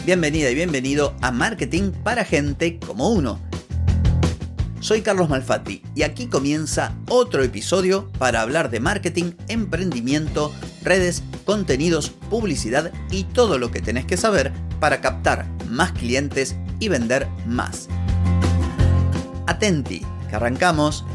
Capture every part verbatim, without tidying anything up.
Bienvenida y bienvenido a Marketing para Gente como Uno. Soy Carlos Malfatti y aquí comienza otro episodio para hablar de marketing, emprendimiento, redes, contenidos, publicidad y todo lo que tenés que saber para captar más clientes y vender más. Atenti, que arrancamos.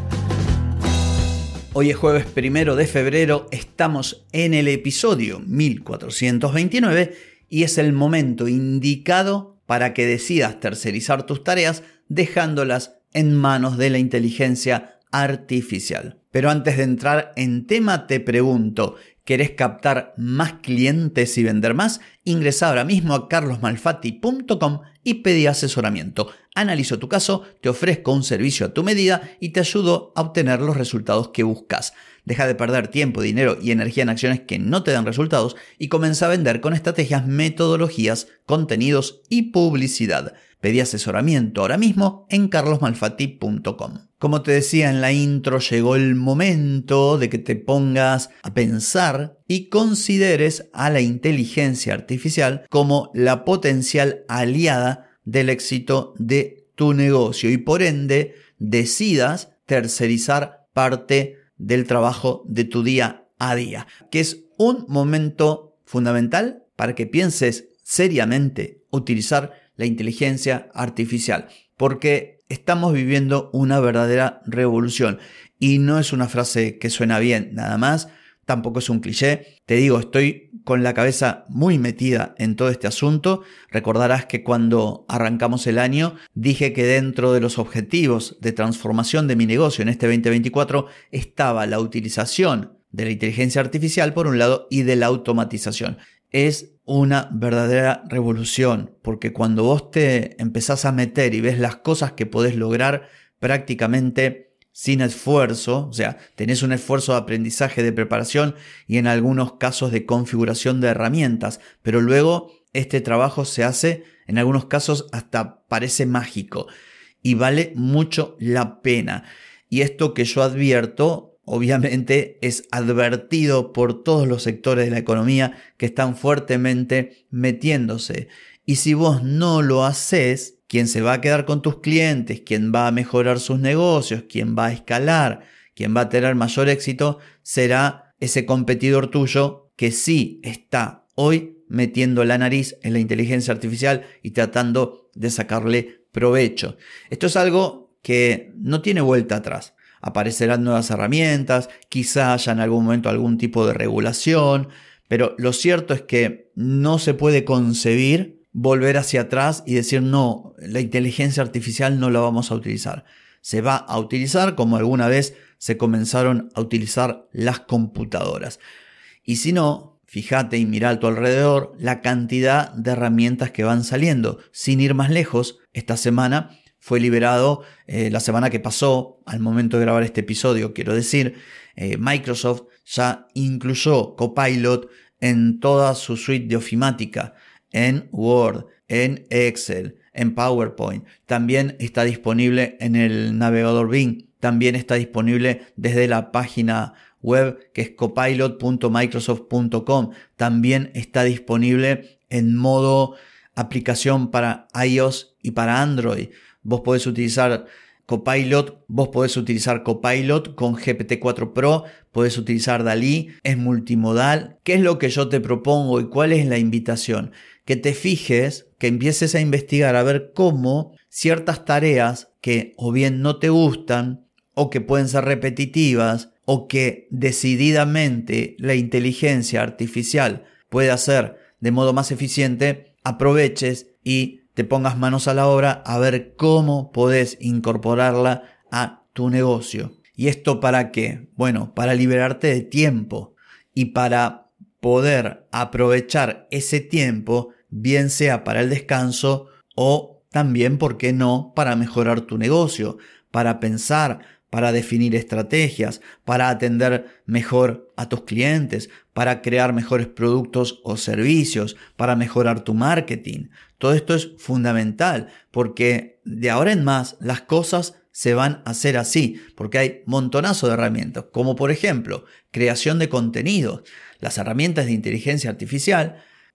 Hoy es jueves primero de febrero, estamos en el episodio mil cuatrocientos veintinueve y es el momento indicado para que decidas tercerizar tus tareas dejándolas en manos de la inteligencia artificial. Pero antes de entrar en tema te pregunto, ¿querés captar más clientes y vender más? Ingresa ahora mismo a carlos malfatti punto com y pedí asesoramiento. Analizo tu caso, te ofrezco un servicio a tu medida y te ayudo a obtener los resultados que buscas. Deja de perder tiempo, dinero y energía en acciones que no te dan resultados y comienza a vender con estrategias, metodologías, contenidos y publicidad. Pedí asesoramiento ahora mismo en carlos malfatti punto com. Como te decía en la intro, llegó el momento de que te pongas a pensar y consideres a la inteligencia artificial como la potencial aliada del éxito de tu negocio y por ende decidas tercerizar parte del trabajo de tu día a día, que es un momento fundamental para que pienses seriamente utilizar la inteligencia artificial, porque estamos viviendo una verdadera revolución y no es una frase que suena bien nada más, tampoco es un cliché. Te digo, estoy con la cabeza muy metida en todo este asunto. Recordarás que cuando arrancamos el año dije que dentro de los objetivos de transformación de mi negocio en este veinte veinticuatro estaba la utilización de la inteligencia artificial por un lado y de la automatización. Es una verdadera revolución, porque cuando vos te empezás a meter y ves las cosas que podés lograr prácticamente sin esfuerzo, o sea, tenés un esfuerzo de aprendizaje, de preparación y en algunos casos de configuración de herramientas, pero luego este trabajo se hace, en algunos casos hasta parece mágico y vale mucho la pena. Y esto que yo advierto, obviamente es advertido por todos los sectores de la economía que están fuertemente metiéndose. Y si vos no lo haces, quien se va a quedar con tus clientes, quien va a mejorar sus negocios, quien va a escalar, quien va a tener mayor éxito, será ese competidor tuyo que sí está hoy metiendo la nariz en la inteligencia artificial y tratando de sacarle provecho. Esto es algo que no tiene vuelta atrás. Aparecerán nuevas herramientas, quizá haya en algún momento algún tipo de regulación, pero lo cierto es que no se puede concebir volver hacia atrás y decir no, la inteligencia artificial no la vamos a utilizar. Se va a utilizar como alguna vez se comenzaron a utilizar las computadoras. Y si no, fíjate y mira a tu alrededor la cantidad de herramientas que van saliendo. Sin ir más lejos, esta semana fue liberado, eh, la semana que pasó, al momento de grabar este episodio, quiero decir, eh, Microsoft ya incluyó Copilot en toda su suite de ofimática, en Word, en Excel, en PowerPoint. También está disponible en el navegador Bing. También está disponible desde la página web que es copilot punto microsoft punto com. También está disponible en modo aplicación para iOS y para Android. Vos podés utilizar Copilot, vos podés utilizar Copilot con G P T cuatro Pro, podés utilizar DALL-E, es multimodal. ¿Qué es lo que yo te propongo y cuál es la invitación? Que te fijes, que empieces a investigar a ver cómo ciertas tareas que o bien no te gustan o que pueden ser repetitivas o que decididamente la inteligencia artificial puede hacer de modo más eficiente, aproveches y te pongas manos a la obra a ver cómo podés incorporarla a tu negocio. ¿Y esto para qué? Bueno, para liberarte de tiempo y para poder aprovechar ese tiempo, bien sea para el descanso o también, ¿por qué no?, para mejorar tu negocio, para pensar, para definir estrategias, para atender mejor a tus clientes, para crear mejores productos o servicios, para mejorar tu marketing. Todo esto es fundamental porque de ahora en más las cosas se van a hacer así, porque hay montonazo de herramientas, como por ejemplo creación de contenidos. Las herramientas de inteligencia artificial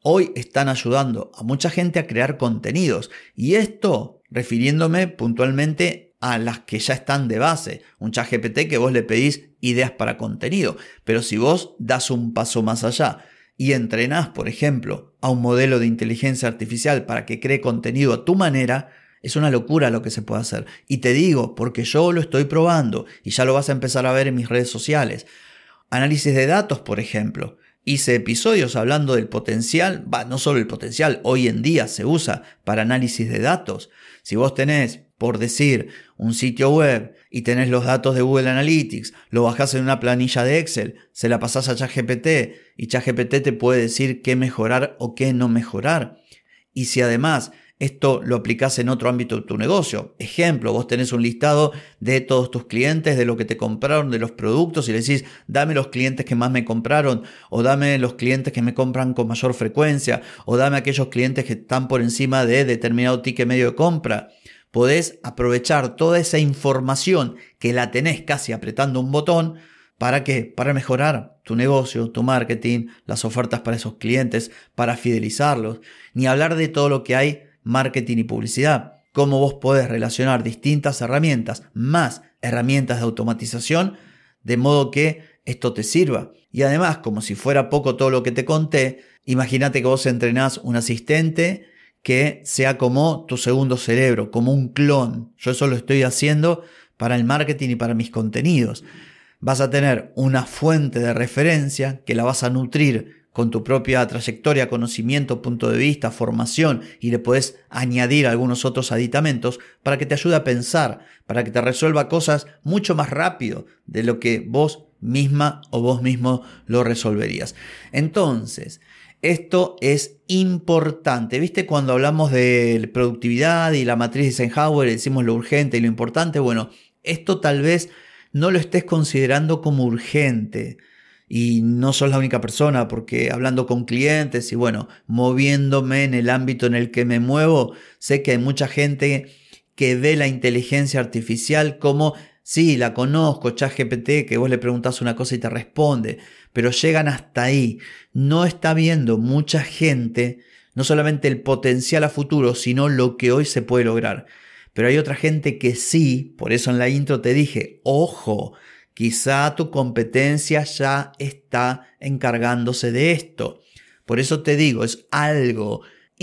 hoy están ayudando a mucha gente a crear contenidos. Y esto refiriéndome puntualmente a las que ya están de base. Un ChatGPT que vos le pedís ideas para contenido. Pero si vos das un paso más allá y entrenás, por ejemplo, a un modelo de inteligencia artificial para que cree contenido a tu manera, es una locura lo que se puede hacer. Y te digo, porque yo lo estoy probando y ya lo vas a empezar a ver en mis redes sociales. Análisis de datos, por ejemplo. Hice episodios hablando del potencial, bah, no solo el potencial, hoy en día se usa para análisis de datos. Si vos tenés, por decir, un sitio web y tenés los datos de Google Analytics, lo bajás en una planilla de Excel, se la pasás a ChatGPT y ChatGPT te puede decir qué mejorar o qué no mejorar. Y si además esto lo aplicás en otro ámbito de tu negocio, ejemplo, vos tenés un listado de todos tus clientes, de lo que te compraron, de los productos y le decís, dame los clientes que más me compraron, o dame los clientes que me compran con mayor frecuencia, o dame aquellos clientes que están por encima de determinado ticket medio de compra. Podés aprovechar toda esa información que la tenés casi apretando un botón. ¿Para qué? Para mejorar tu negocio, tu marketing, las ofertas para esos clientes, para fidelizarlos. Ni hablar de todo lo que hay marketing y publicidad. Cómo vos podés relacionar distintas herramientas más herramientas de automatización de modo que esto te sirva. Y además, como si fuera poco todo lo que te conté, imagínate que vos entrenás un asistente que sea como tu segundo cerebro, como un clon. Yo eso lo estoy haciendo para el marketing y para mis contenidos. Vas a tener una fuente de referencia que la vas a nutrir con tu propia trayectoria, conocimiento, punto de vista, formación, y le puedes añadir algunos otros aditamentos para que te ayude a pensar, para que te resuelva cosas mucho más rápido de lo que vos misma o vos mismo lo resolverías. Entonces, esto es importante. ¿Viste cuando hablamos de productividad y la matriz de Eisenhower, decimos lo urgente y lo importante? Bueno, esto tal vez no lo estés considerando como urgente. Y no sos la única persona, porque hablando con clientes y bueno, moviéndome en el ámbito en el que me muevo, sé que hay mucha gente que ve la inteligencia artificial como, sí, la conozco, ChatGPT, que vos le preguntás una cosa y te responde, pero llegan hasta ahí. No está viendo mucha gente, no solamente el potencial a futuro, sino lo que hoy se puede lograr. Pero hay otra gente que sí, por eso en la intro te dije, ojo, quizá tu competencia ya está encargándose de esto. Por eso te digo, es algo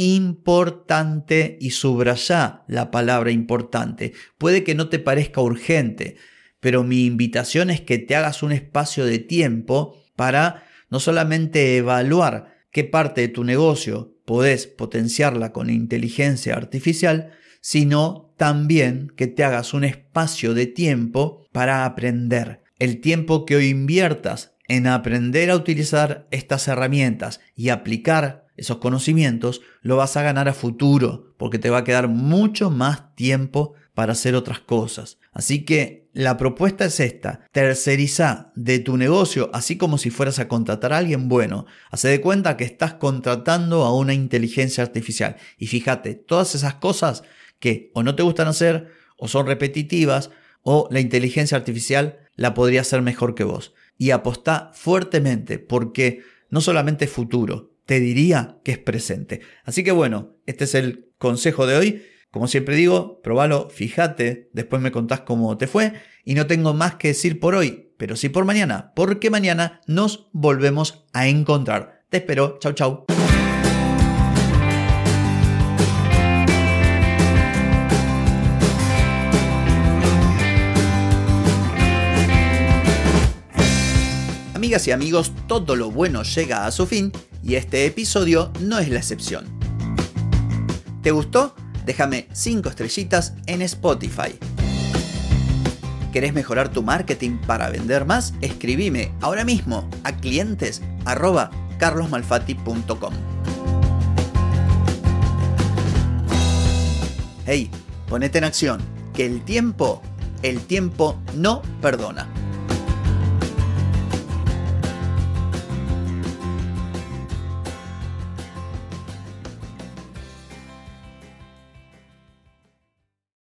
importante y subraya la palabra importante. Puede que no te parezca urgente, pero mi invitación es que te hagas un espacio de tiempo para no solamente evaluar qué parte de tu negocio podés potenciarla con inteligencia artificial, sino también que te hagas un espacio de tiempo para aprender. El tiempo que hoy inviertas en aprender a utilizar estas herramientas y aplicar esos conocimientos, lo vas a ganar a futuro, porque te va a quedar mucho más tiempo para hacer otras cosas. Así que la propuesta es esta: terceriza de tu negocio, así como si fueras a contratar a alguien bueno. Haz de cuenta que estás contratando a una inteligencia artificial. Y fíjate, todas esas cosas que o no te gustan hacer, o son repetitivas, o la inteligencia artificial la podría hacer mejor que vos. Y apostá fuertemente, porque no solamente es futuro, te diría que es presente. Así que bueno, este es el consejo de hoy. Como siempre digo, probalo, fíjate, después me contás cómo te fue. Y no tengo más que decir por hoy, pero sí por mañana, porque mañana nos volvemos a encontrar. Te espero, chau chau. Amigas y amigos, todo lo bueno llega a su fin y este episodio no es la excepción. ¿Te gustó? Déjame cinco estrellitas en Spotify. ¿Querés mejorar tu marketing para vender más? Escribime ahora mismo a clientes arroba carlosmalfatti punto com. Hey, ponete en acción, que el tiempo, el tiempo no perdona.